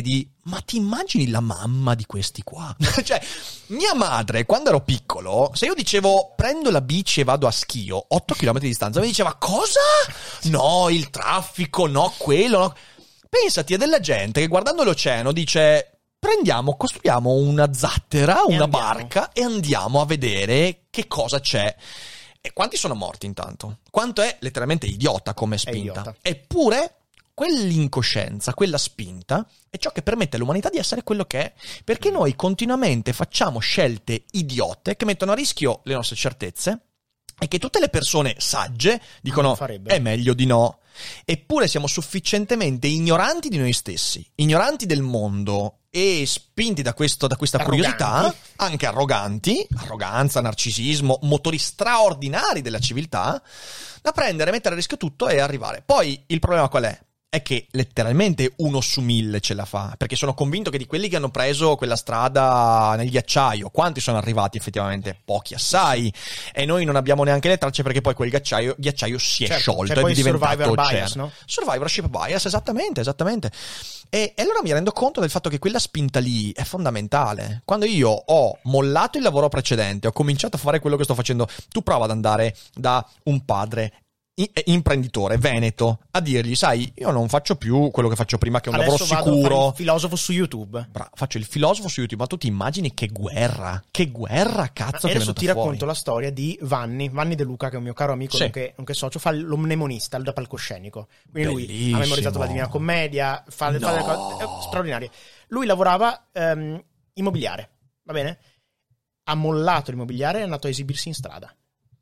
ma ti immagini la mamma di questi qua? Cioè, mia madre, quando ero piccolo, se io dicevo prendo la bici e vado a Schio, otto chilometri di distanza, mi diceva cosa? No, il traffico, no, quello, no. Pensati a della gente che guardando l'oceano dice prendiamo, costruiamo una zattera, E una andiamo. barca e andiamo a vedere che cosa c'è. E quanti sono morti intanto? Quanto è letteralmente idiota come spinta. idiota. Eppure quell'incoscienza, quella spinta è ciò che permette all'umanità di essere quello che è, perché noi continuamente facciamo scelte idiote che mettono a rischio le nostre certezze e che tutte le persone sagge dicono Non farebbero. è meglio di no. Eppure siamo sufficientemente ignoranti di noi stessi, ignoranti del mondo e spinti da, questo, da questa Arroganti. curiosità, anche arroganti, arroganza, narcisismo, motori straordinari della civiltà, da prendere, mettere a rischio tutto e arrivare. Poi il problema qual è? È che letteralmente uno su mille ce la fa, perché sono convinto che di quelli che hanno preso quella strada nel ghiacciaio, quanti sono arrivati effettivamente? Pochi assai, e noi non abbiamo neanche le tracce perché poi quel ghiacciaio, ghiacciaio si è Certo, sciolto c'è poi ed è il diventato survivor oceano. bias, no? Survivorship bias, esattamente, esattamente. E, e allora mi rendo conto del fatto che quella spinta lì è fondamentale. Quando io ho mollato il lavoro precedente, ho cominciato a fare quello che sto facendo, tu prova ad andare da un padre i- imprenditore veneto a dirgli, sai, io non faccio più quello che faccio prima, che è un Adesso lavoro vado a fare sicuro. il filosofo su YouTube. Bra- faccio il filosofo su YouTube, ma tu ti immagini che guerra, che guerra cazzo E che è adesso venuta ti fuori. racconto la storia di Vanni, Vanni De Luca, che è un mio caro amico, Sì. nonché, nonché socio, fa l'omnemonista, da palcoscenico. Quindi lui Bellissimo. ha memorizzato la Divina Commedia, fa, fa No. delle cose eh, straordinarie. Lui lavorava ehm, immobiliare, va bene? Ha mollato l'immobiliare e è andato a esibirsi in strada.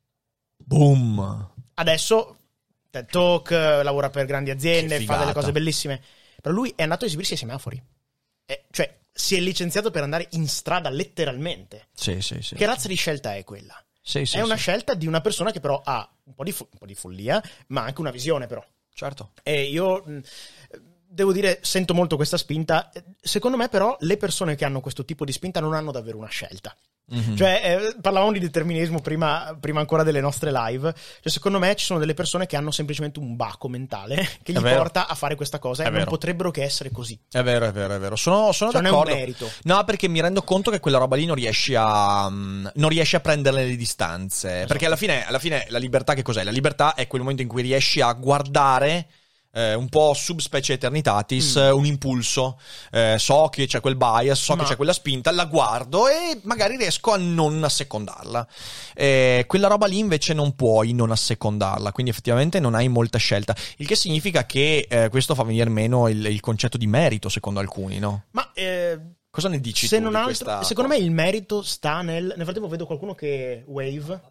Boom. Adesso TED Talk, eh, lavora per grandi aziende, Che fa delle figata. cose bellissime. Però lui è andato a esibirsi ai semafori. Eh, cioè, si è licenziato per andare in strada letteralmente. Sì, sì, sì. Che razza di scelta è quella? Sì, sì, è una sì. scelta di una persona che però ha un po' di, fo- un po' di follia, ma anche una visione però. Certo. E io mh, devo dire, sento molto questa spinta. Secondo me però le persone che hanno questo tipo di spinta non hanno davvero una scelta. Mhm. Cioè, eh, parlavamo di determinismo prima, prima ancora delle nostre live. Cioè, secondo me ci sono delle persone che hanno semplicemente un baco mentale che È gli vero. porta a fare questa cosa È e non vero. potrebbero che essere così. È vero, è vero, è vero. Sono, sono Cioè, non è un d'accordo. merito. No, perché mi rendo conto che quella roba lì non riesci a mm, non riesci a prendere le distanze. Esatto. Perché alla fine, alla fine la libertà che cos'è? La libertà è quel momento in cui riesci a guardare eh, un po' subspecie eternitatis, Mm. eh, un impulso. Eh, so che c'è quel bias, so Ma- che c'è quella spinta, la guardo e magari riesco a non assecondarla. Eh, quella roba lì invece non puoi non assecondarla, quindi effettivamente non hai molta scelta. Il che significa che eh, questo fa venire meno il, il concetto di merito, secondo alcuni, no? Ma eh, Cosa ne dici se tu non di altro, questa secondo cosa? me il merito sta nel. Nel frattempo vedo qualcuno che wave.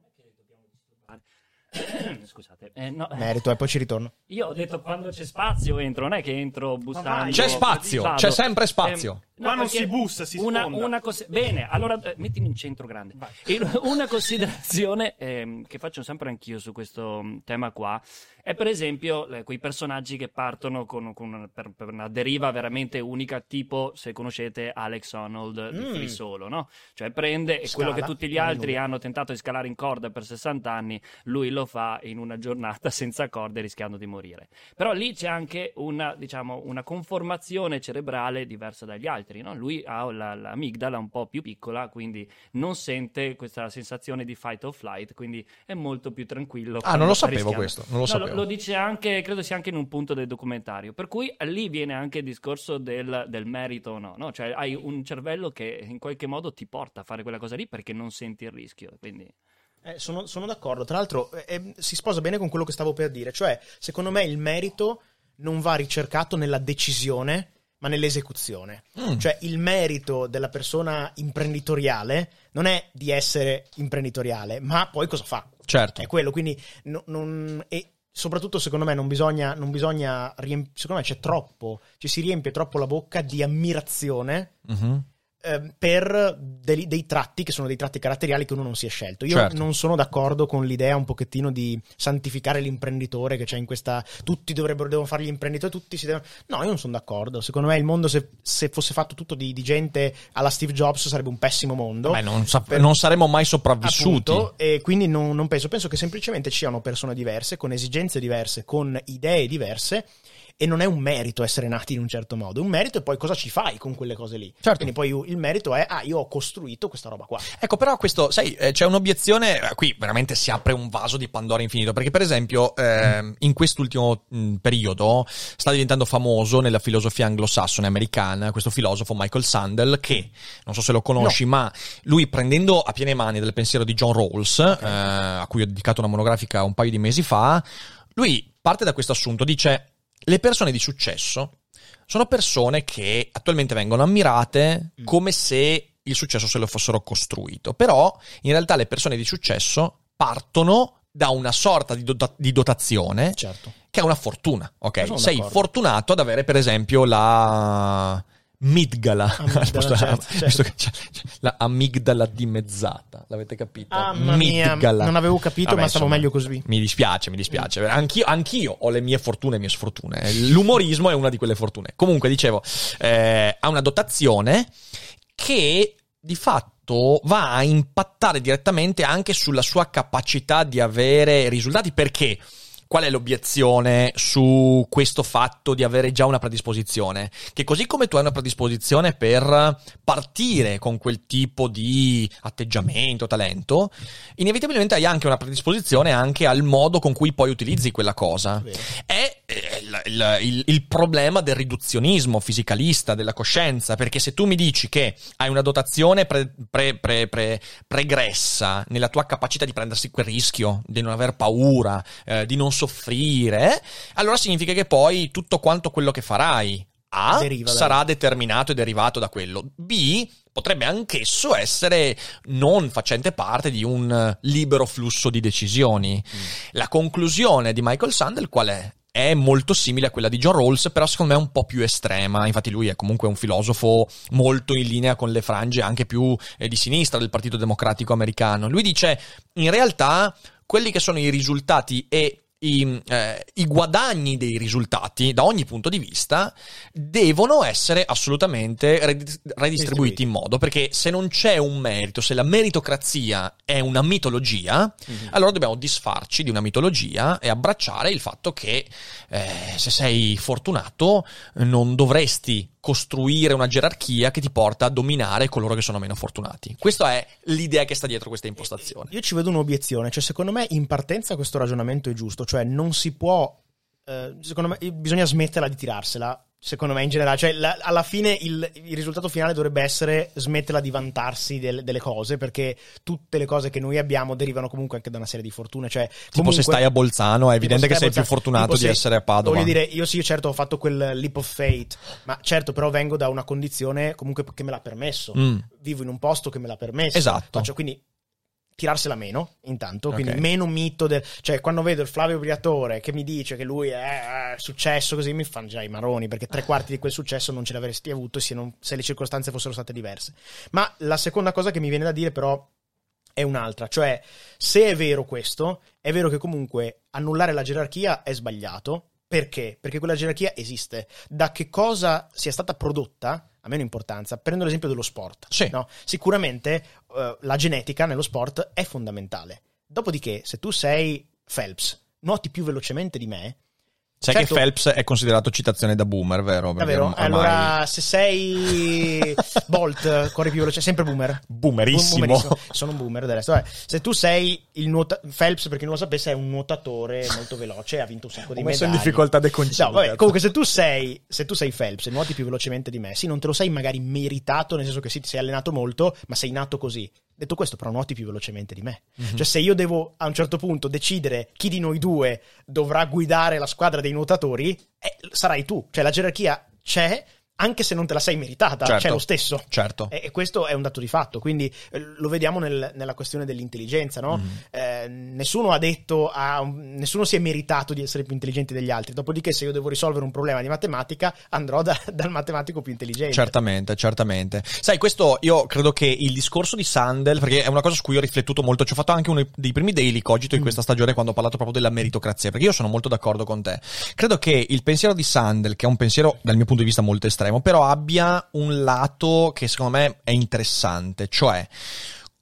Scusate, eh, no, eh, Merito, e poi ci ritorno. io ho detto quando c'è spazio entro, non è che entro bussando. C'è spazio, vado. c'è sempre spazio. Ehm, Qua non perché si bussa, si una, sfonda. una cos- Bene, allora eh, mettimi in centro grande. E una considerazione ehm, che faccio sempre anch'io su questo mm, tema qua è per esempio eh, quei personaggi che partono con, con una, per, per una deriva veramente unica, tipo se conoscete Alex Honnold di Mm. Free Solo, no? Cioè prende Scala, quello che tutti gli non altri nulla. hanno tentato di scalare in corda per sessanta anni, lui lo fa in una giornata senza corde rischiando di morire. Però lì c'è anche una, diciamo, una conformazione cerebrale diversa dagli altri, no? Lui ha la, l'amigdala un po' più piccola, quindi non sente questa sensazione di fight or flight, quindi è molto più tranquillo. Ah, non lo sta sapevo rischiando. questo, non lo No, sapevo. lo dice anche, credo sia anche in un punto del documentario, per cui lì viene anche il discorso del, del merito o no, no? Cioè hai un cervello che in qualche modo ti porta a fare quella cosa lì perché non senti il rischio, quindi... Eh, sono, sono d'accordo. Tra l'altro, eh, eh, si sposa bene con quello che stavo per dire. Cioè, secondo me il merito non va ricercato nella decisione, ma nell'esecuzione. Mm. Cioè, il merito della persona imprenditoriale non è di essere imprenditoriale, ma poi cosa fa? Certo. È quello. Quindi, no- non, e soprattutto, secondo me, non bisogna, non bisogna riemp- secondo me c'è troppo, ci si riempie troppo la bocca di ammirazione Mhm. eh, per dei, dei tratti che sono dei tratti caratteriali che uno non si è scelto. Io Certo. non sono d'accordo con l'idea un pochettino di santificare l'imprenditore che c'è in questa, tutti dovrebbero devono fare gli imprenditori, tutti si devono... No, io non sono d'accordo. Secondo me il mondo, se, se fosse fatto tutto di, di gente alla Steve Jobs, sarebbe un pessimo mondo. Beh, non, sa- Per- non saremmo mai sopravvissuti. Appunto, e quindi non, non penso, penso che semplicemente ci siano persone diverse, con esigenze diverse, con idee diverse, e non è un merito essere nati in un certo modo, un merito è poi cosa ci fai con quelle cose lì. Certo. Quindi poi il merito è, ah, io ho costruito questa roba qua. Ecco, però questo, sai, eh, c'è un'obiezione, eh, qui veramente si apre un vaso di Pandora infinito, perché per esempio eh, in quest'ultimo mh, periodo sta diventando famoso nella filosofia anglosassone americana questo filosofo Michael Sandel, che, non so se lo conosci, no. ma lui, prendendo a piene mani del pensiero di John Rawls, okay. eh, a cui ho dedicato una monografica un paio di mesi fa, lui parte da questo assunto, dice: le persone di successo sono persone che attualmente vengono ammirate come se il successo se lo fossero costruito, però in realtà le persone di successo partono da una sorta di, dota- di dotazione, certo. che è una fortuna, ok? Sei d'accordo. fortunato ad avere per esempio la amigdala, amigdala certo, certo. la amigdala dimezzata, l'avete capito? Ah, mamma mia, non avevo capito. Vabbè, ma stavo insomma, meglio così. Mi dispiace, mi dispiace. Anch'io, anch'io ho le mie fortune e le mie sfortune. L'umorismo è una di quelle fortune. Comunque, dicevo, eh, ha una dotazione che di fatto va a impattare direttamente anche sulla sua capacità di avere risultati. Perché? Qual è l'obiezione su questo fatto di avere già una predisposizione? Che così come tu hai una predisposizione per partire con quel tipo di atteggiamento, talento, inevitabilmente hai anche una predisposizione anche al modo con cui poi utilizzi quella cosa. È il, il, il, il problema del riduzionismo fisicalista della coscienza, perché se tu mi dici che hai una dotazione pre, pre, pre, pre, pregressa nella tua capacità di prendersi quel rischio, di non aver paura, eh, di non soffrire, allora significa che poi tutto quanto quello che farai A Deriva sarà da... determinato e derivato da quello. B potrebbe anch'esso essere non facente parte di un libero flusso di decisioni. Mm. La conclusione di Michael Sandel qual è? È molto simile a quella di John Rawls, però secondo me è un po' più estrema. Infatti lui è comunque un filosofo molto in linea con le frange anche più eh, di sinistra del Partito Democratico americano. Lui dice, in realtà, quelli che sono i risultati e I, eh, i guadagni dei risultati da ogni punto di vista devono essere assolutamente redistribuiti in modo, perché se non c'è un merito, se la meritocrazia è una mitologia, mm-hmm. allora dobbiamo disfarci di una mitologia e abbracciare il fatto che eh, se sei fortunato non dovresti costruire una gerarchia che ti porta a dominare coloro che sono meno fortunati. Questa è l'idea che sta dietro questa impostazione. Io ci vedo un'obiezione, cioè secondo me in partenza questo ragionamento è giusto, cioè non si può, eh, secondo me bisogna smetterla di tirarsela, secondo me in generale, cioè la, alla fine il, il risultato finale dovrebbe essere smetterla di vantarsi del, delle cose, perché tutte le cose che noi abbiamo derivano comunque anche da una serie di fortune, cioè tipo comunque, se stai a Bolzano è evidente che sei Bolzano, più fortunato di se, essere a Padova. Voglio dire, io sì, certo ho fatto quel leap of faith, ma certo però vengo da una condizione comunque che me l'ha permesso, mm. vivo in un posto che me l'ha permesso, esatto. Faccio quindi tirarsela meno intanto, quindi okay. meno mito del, cioè quando vedo il Flavio Briatore che mi dice che lui è, è successo così, mi fanno già i maroni, perché tre quarti di quel successo non ce l'avresti avuto se, non, se le circostanze fossero state diverse. Ma la seconda cosa che mi viene da dire però è un'altra, cioè se è vero questo, è vero che comunque annullare la gerarchia è sbagliato. Perché? Perché quella gerarchia esiste. Da che cosa sia stata prodotta ha meno importanza. Prendo l'esempio dello sport. Sì. No? Sicuramente uh, la genetica nello sport è fondamentale. Dopodiché, se tu sei Phelps, nuoti più velocemente di me. Sai certo, che Phelps è considerato citazione da boomer, vero? Davvero? Ormai... Allora, se sei Bolt, corri più veloce, sempre boomer. Boomerissimo. Boomerissimo. Sono un boomer del resto. Vabbè. Se tu sei il nuota... Phelps, per chi non lo sapesse, è un nuotatore molto veloce, ha vinto un sacco di Ho messo medaglie. in difficoltà dei concetti. No, vabbè, comunque se tu sei se tu sei Phelps e nuoti più velocemente di me, sì, non te lo sei magari meritato, nel senso che sì, ti sei allenato molto, ma sei nato così. Detto questo, però nuoti più velocemente di me. Mm-hmm. Cioè se io devo a un certo punto decidere chi di noi due dovrà guidare la squadra dei nuotatori, eh, sarai tu. Cioè la gerarchia c'è, anche se non te la sei meritata, certo, c'è lo stesso. Certo. E, e questo è un dato di fatto. Quindi eh, lo vediamo nel, nella questione dell'intelligenza, no? Mm. Eh, nessuno ha detto, a, nessuno si è meritato di essere più intelligenti degli altri. Dopodiché se io devo risolvere un problema di matematica, andrò da, dal matematico più intelligente. Certamente, certamente. Sai, questo io credo che il discorso di Sandel, perché è una cosa su cui ho riflettuto molto, ci ho fatto anche uno dei primi Daily Cogito in mm. questa stagione quando ho parlato proprio della meritocrazia, perché io sono molto d'accordo con te. Credo che il pensiero di Sandel, che è un pensiero dal mio punto di vista molto estremo, però abbia un lato che secondo me è interessante, cioè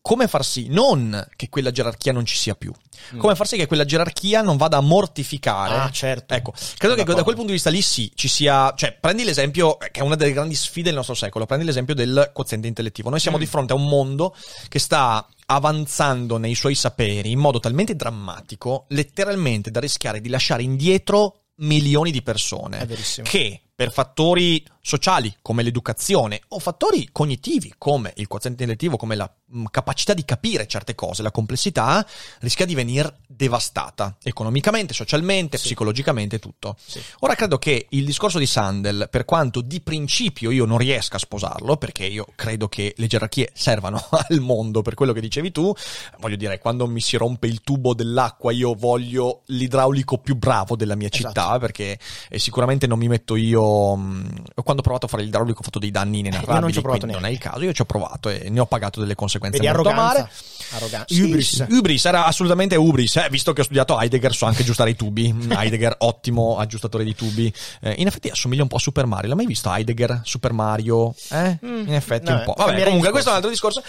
come far sì, non che quella gerarchia non ci sia più, come far sì che quella gerarchia non vada a mortificare. Ah, certo. Ecco, credo che da quel punto di vista lì sì, ci sia, cioè prendi l'esempio, che è una delle grandi sfide del nostro secolo, prendi l'esempio del quoziente intellettivo. Noi siamo mm. di fronte a un mondo che sta avanzando nei suoi saperi in modo talmente drammatico, letteralmente da rischiare di lasciare indietro milioni di persone che per fattori sociali come l'educazione o fattori cognitivi come il quoziente intellettivo, come la mh, capacità di capire certe cose, la complessità, rischia di venire devastata economicamente, socialmente, sì. psicologicamente, tutto. Sì. Ora credo che il discorso di Sandel, per quanto di principio io non riesca a sposarlo, perché io credo che le gerarchie servano al mondo, per quello che dicevi tu, voglio dire, quando mi si rompe il tubo dell'acqua io voglio l'idraulico più bravo della mia città, esatto. perché eh, sicuramente non mi metto io mh, quando ho provato a fare l'idraulico ho fatto dei danni inenarrabili, eh, non, ci ho provato non è il caso, io ci ho provato e ne ho pagato delle conseguenze Vedi, molto arroganza, amare. Arrogan- sì, ubris. Sì, ubris, era assolutamente ubris, eh, visto che ho studiato Heidegger so anche aggiustare i tubi. Heidegger ottimo aggiustatore di tubi, eh, in effetti assomiglia un po' a Super Mario. L'hai mai visto Heidegger, Super Mario? Eh? Mm, in effetti no, un po'. Vabbè, comunque questo è un altro discorso.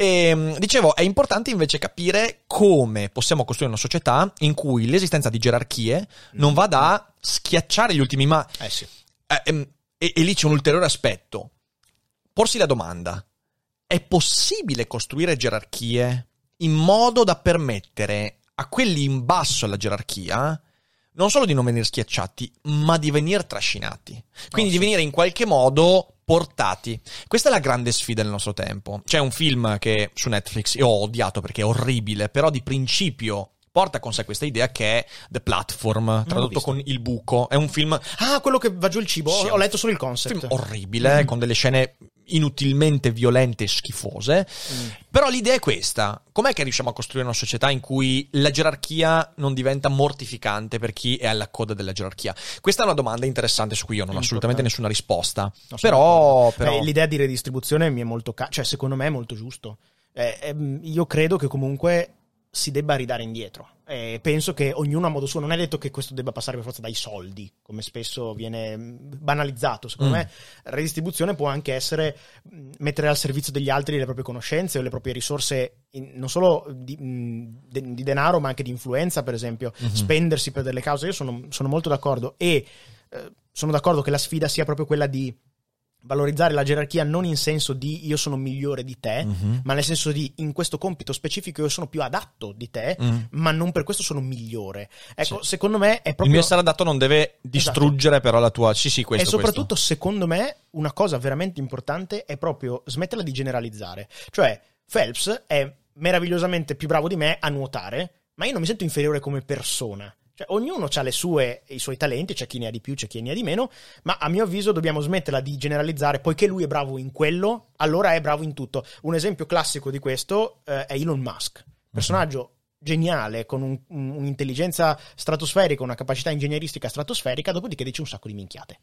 E, dicevo, è importante invece capire come possiamo costruire una società in cui l'esistenza di gerarchie non vada a schiacciare gli ultimi ma... Eh sì. Eh, ehm, E, e lì c'è un ulteriore aspetto. Porsi la domanda: è possibile costruire gerarchie in modo da permettere a quelli in basso alla gerarchia non solo di non venire schiacciati, ma di venire trascinati? Quindi oh, sì. di venire in qualche modo portati. Questa è la grande sfida del nostro tempo. C'è un film che su Netflix io ho odiato perché è orribile, però di principio porta con sé questa idea che è The Platform, tradotto con Il buco. È un film... Ah, quello che va giù il cibo. Sì, ho letto solo il concept. Film orribile, mm. con delle scene inutilmente violente e schifose. Mm. Però l'idea è questa. Com'è che riusciamo a costruire una società in cui la gerarchia non diventa mortificante per chi è alla coda della gerarchia? Questa è una domanda interessante su cui io non ho assolutamente nessuna risposta. No, però, però... Eh, l'idea di redistribuzione mi è molto... Ca- cioè, secondo me è molto giusto. Eh, eh, io credo che comunque... si debba ridare indietro. E penso che ognuno a modo suo, non è detto che questo debba passare per forza dai soldi, come spesso viene banalizzato. Secondo mm. me la redistribuzione può anche essere mettere al servizio degli altri le proprie conoscenze o le proprie risorse, in, non solo di, di, di denaro, ma anche di influenza, per esempio, mm-hmm. spendersi per delle cause. Io sono, sono molto d'accordo e eh, sono d'accordo che la sfida sia proprio quella di valorizzare la gerarchia non in senso di io sono migliore di te, mm-hmm. ma nel senso di in questo compito specifico io sono più adatto di te, mm. ma non per questo sono migliore. Ecco, sì. secondo me è proprio... Il mio essere adatto non deve distruggere esatto. però la tua... Sì, sì, questo. E soprattutto, questo. secondo me, una cosa veramente importante è proprio smetterla di generalizzare. Cioè, Phelps è meravigliosamente più bravo di me a nuotare, ma io non mi sento inferiore come persona. Cioè, ognuno ha le sue, i suoi talenti, c'è chi ne ha di più, c'è chi ne ha di meno, ma a mio avviso dobbiamo smetterla di generalizzare, poiché lui è bravo in quello, allora è bravo in tutto. Un esempio classico di questo eh, è Elon Musk, personaggio geniale, con un, un, un'intelligenza stratosferica, una capacità ingegneristica stratosferica, dopodiché dice un sacco di minchiate.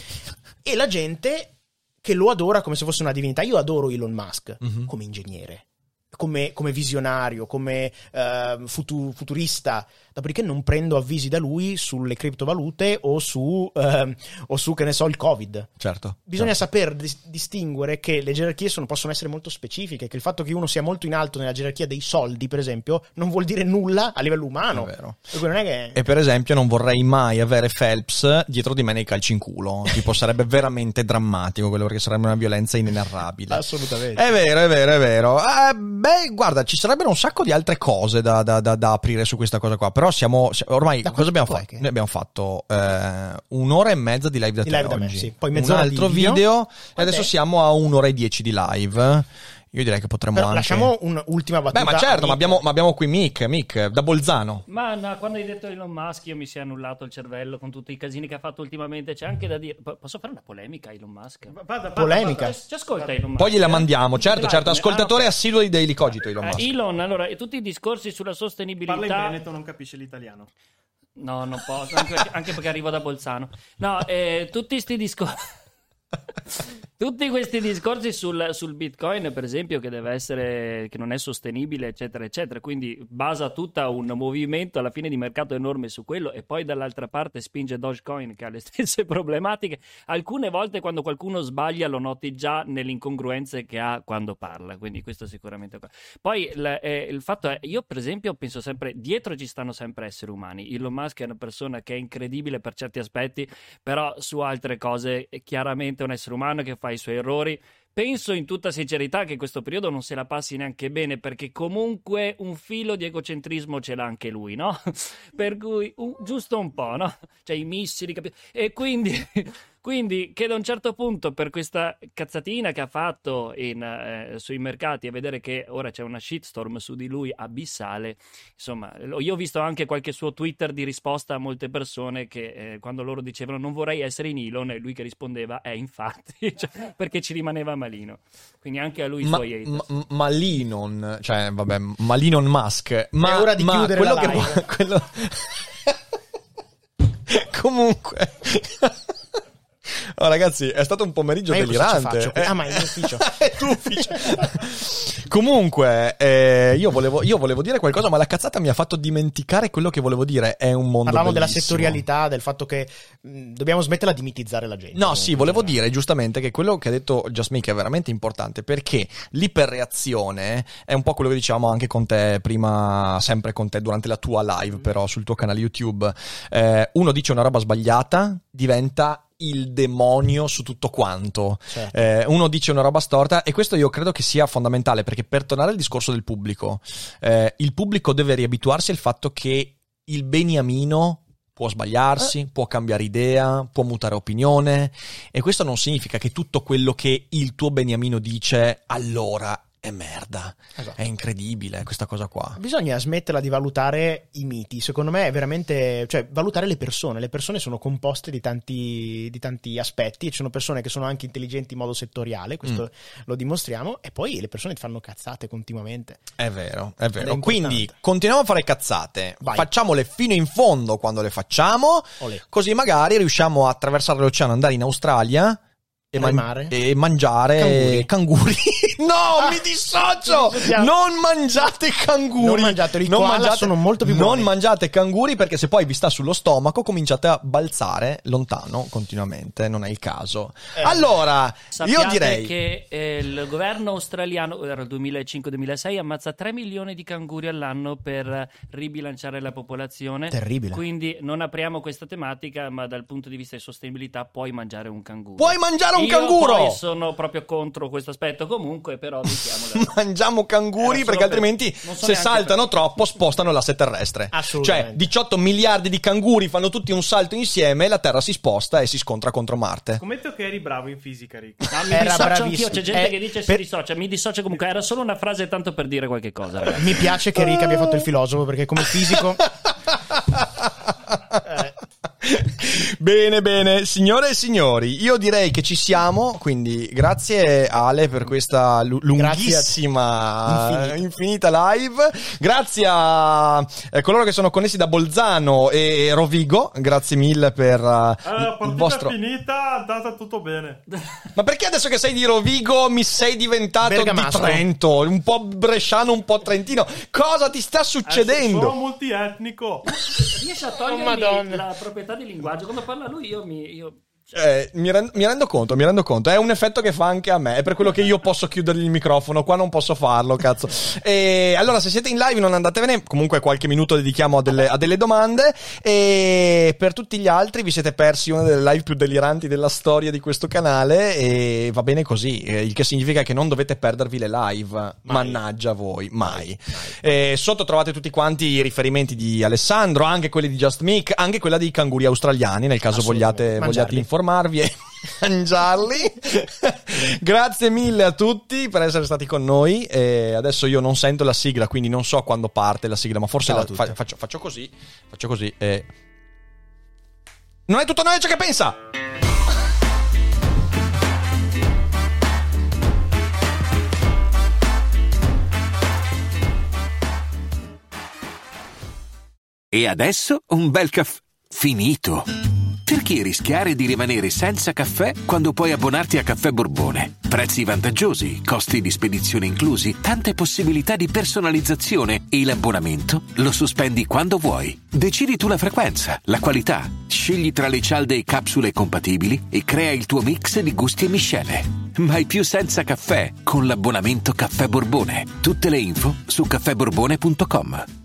E la gente che lo adora come se fosse una divinità. Io adoro Elon Musk mm-hmm. come ingegnere. Come, come visionario, come uh, futu- futurista, dopodiché non prendo avvisi da lui sulle criptovalute o su, uh, o su che ne so, il Covid. Certo. Bisogna certo. saper dis- distinguere che le gerarchie sono, possono essere molto specifiche, che il fatto che uno sia molto in alto nella gerarchia dei soldi, per esempio, non vuol dire nulla a livello umano. È vero. Non è che... E per esempio non vorrei mai avere Phelps dietro di me nei calci in culo. Tipo sarebbe veramente drammatico quello, perché sarebbe una violenza inenarrabile. Assolutamente. È vero, è vero, è vero. Eh, beh, guarda, ci sarebbero un sacco di altre cose da, da, da, da aprire su questa cosa qua, però siamo ormai da cosa abbiamo fatto? Che... Noi abbiamo fatto eh, un'ora e mezza di live da di te live oggi, da me, sì. Poi un altro video, video e adesso siamo a un'ora e dieci di live. Io direi che potremmo però anche... lasciamo un'ultima battuta. Beh, ma certo, ma abbiamo, ma abbiamo qui Mick, Mick, da Bolzano. Ma no, quando hai detto Elon Musk io mi si è annullato il cervello con tutti i casini che ha fatto ultimamente. C'è anche da dire... Posso fare una polemica Elon Musk? Vada, polemica? Vada, ci ascolta Elon Musk? Poi gliela mandiamo, certo, certo, ascoltatore ah, assiduo di Daily Cogito Elon Musk. Eh, Elon, allora, e tutti i discorsi sulla sostenibilità... Parla in veneto, non capisce l'italiano. No, non posso, anche perché, anche perché arrivo da Bolzano. No, eh, tutti sti discorsi... Tutti questi discorsi sul, sul Bitcoin, per esempio, che deve essere, che non è sostenibile, eccetera, eccetera, quindi basa tutta un movimento alla fine di mercato enorme su quello, e poi dall'altra parte spinge Dogecoin che ha le stesse problematiche. Alcune volte quando qualcuno sbaglia lo noti già nelle incongruenze che ha quando parla, quindi questo sicuramente. Poi il, eh, il fatto è, io per esempio penso sempre, dietro ci stanno sempre esseri umani. Elon Musk è una persona che è incredibile per certi aspetti, però su altre cose è chiaramente un essere umano che fa i suoi errori. Penso in tutta sincerità che in questo periodo non se la passi neanche bene, perché comunque un filo di egocentrismo ce l'ha anche lui, no? Per cui un, giusto un po', no? Cioè i missili, capi- e quindi quindi che da un certo punto, per questa cazzatina che ha fatto in, eh, sui mercati, e vedere che ora c'è una shitstorm su di lui abissale, insomma, io ho visto anche qualche suo Twitter di risposta a molte persone che eh, quando loro dicevano non vorrei essere in Elon, e lui che rispondeva eh infatti, cioè, perché ci rimaneva malino. Quindi anche a lui i ma, suoi haters. ma, Malinon, cioè vabbè, Malinon Musk, ma è ora di ma chiudere quello la che live. quello... comunque oh, ragazzi, è stato un pomeriggio Ma io cosa ci delirante. faccio qui? Ah, ma è in ufficio. È tu ufficio. Comunque, eh, io, volevo, io volevo dire qualcosa, ma la cazzata mi ha fatto dimenticare quello che volevo dire. È un mondo Parlavamo della bellissimo. settorialità, del fatto che mh, dobbiamo smetterla di mitizzare la gente. No, sì, volevo dire giustamente che quello che ha detto Jasmine è veramente importante, perché l'iperreazione è un po' quello che dicevamo anche con te prima, sempre con te durante la tua live, però sul tuo canale YouTube. Eh, uno dice una roba sbagliata, diventa il demonio su tutto quanto. Certo. Eh, uno dice una roba storta, e questo io credo che sia fondamentale, perché per tornare al discorso del pubblico, eh, il pubblico deve riabituarsi al fatto che il beniamino può sbagliarsi, eh. può cambiare idea, può mutare opinione, e questo non significa che tutto quello che il tuo beniamino dice allora è merda. Esatto. È incredibile questa cosa qua. Bisogna smetterla di valutare i miti. Secondo me è veramente, cioè, valutare le persone. Le persone sono composte di tanti, di tanti aspetti, e ci sono persone che sono anche intelligenti in modo settoriale, questo mm. lo dimostriamo, e poi le persone ti fanno cazzate continuamente. È vero, è vero. È Quindi continuiamo a fare cazzate, Vai. facciamole fino in fondo quando le facciamo, Olè. così magari riusciamo a attraversare l'oceano, andare in Australia e, man- e mangiare canguri. canguri. No, ah, mi dissocio! Non mangiate canguri. Non mangiateli, non mangiate, sono molto più buoni. Non mangiate canguri, perché se poi vi sta sullo stomaco cominciate a balzare lontano continuamente, non è il caso. Eh, allora, io direi che eh, il governo australiano, era il duemilacinque duemilasei, ammazza tre milioni di canguri all'anno per ribilanciare la popolazione. Terribile. Quindi non apriamo questa tematica, ma dal punto di vista di sostenibilità puoi mangiare un canguro. Puoi mangiare un Io canguro! Poi sono proprio contro questo aspetto, comunque, però diciamolo. Mangiamo canguri perché per... altrimenti so se saltano per... troppo spostano l'asse terrestre. Assolutamente. Cioè diciotto miliardi di canguri fanno tutti un salto insieme e la Terra si sposta e si scontra contro Marte. Scommetto che eri bravo in fisica, Rick. No, mi Era dissocio bravissimo. anch'io, c'è gente Eh, che dice per... si dissocia, mi dissocio comunque, era solo una frase tanto per dire qualche cosa, ragazzi. Mi piace che Rick abbia fatto il filosofo, perché come fisico eh. Bene, bene, signore e signori, io direi che ci siamo, quindi grazie Ale per questa lu- lunghissima, infinita. infinita live, grazie a eh, coloro che sono connessi da Bolzano e Rovigo, grazie mille per uh, Allora, il, la partita il vostro... è finita, è andata tutto bene. Ma perché adesso che sei di Rovigo mi sei diventato Bergamasco. di Trento, un po' bresciano, un po' trentino, cosa ti sta succedendo? Eh, sono multietnico. Riesce a Oh, togliermi Madonna. la proprietà di linguaggio. Quando parla lui io mi... Io... Eh, mi, rendo, mi rendo conto, mi rendo conto. È un effetto che fa anche a me. È per quello che io posso chiudergli il microfono. Qua non posso farlo, cazzo. E allora, se siete in live, non andatevene. Comunque, qualche minuto dedichiamo a delle, a delle domande. E per tutti gli altri, vi siete persi una delle live più deliranti della storia di questo canale. E va bene così. Il che significa che non dovete perdervi le live. Mai. Mannaggia voi, mai. mai. E sotto trovate tutti quanti i riferimenti di Alessandro, anche quelli di Just Mick, anche quella dei canguri australiani, nel caso vogliate, vogliate informare. Informarvi e mangiarli. Grazie mille a tutti per essere stati con noi. E adesso io non sento la sigla, quindi non so quando parte la sigla, ma forse la, fa, faccio, faccio così. Faccio così. E... non è tutto noi ciò che pensa. E adesso un bel caffè finito. Perché Perché rischiare di rimanere senza caffè quando puoi abbonarti a Caffè Borbone? Prezzi vantaggiosi, costi di spedizione inclusi, tante possibilità di personalizzazione e l'abbonamento lo sospendi quando vuoi. Decidi tu la frequenza, la qualità, scegli tra le cialde e capsule compatibili e crea il tuo mix di gusti e miscele. Mai più senza caffè con l'abbonamento Caffè Borbone. Tutte le info su caffè borbone punto com.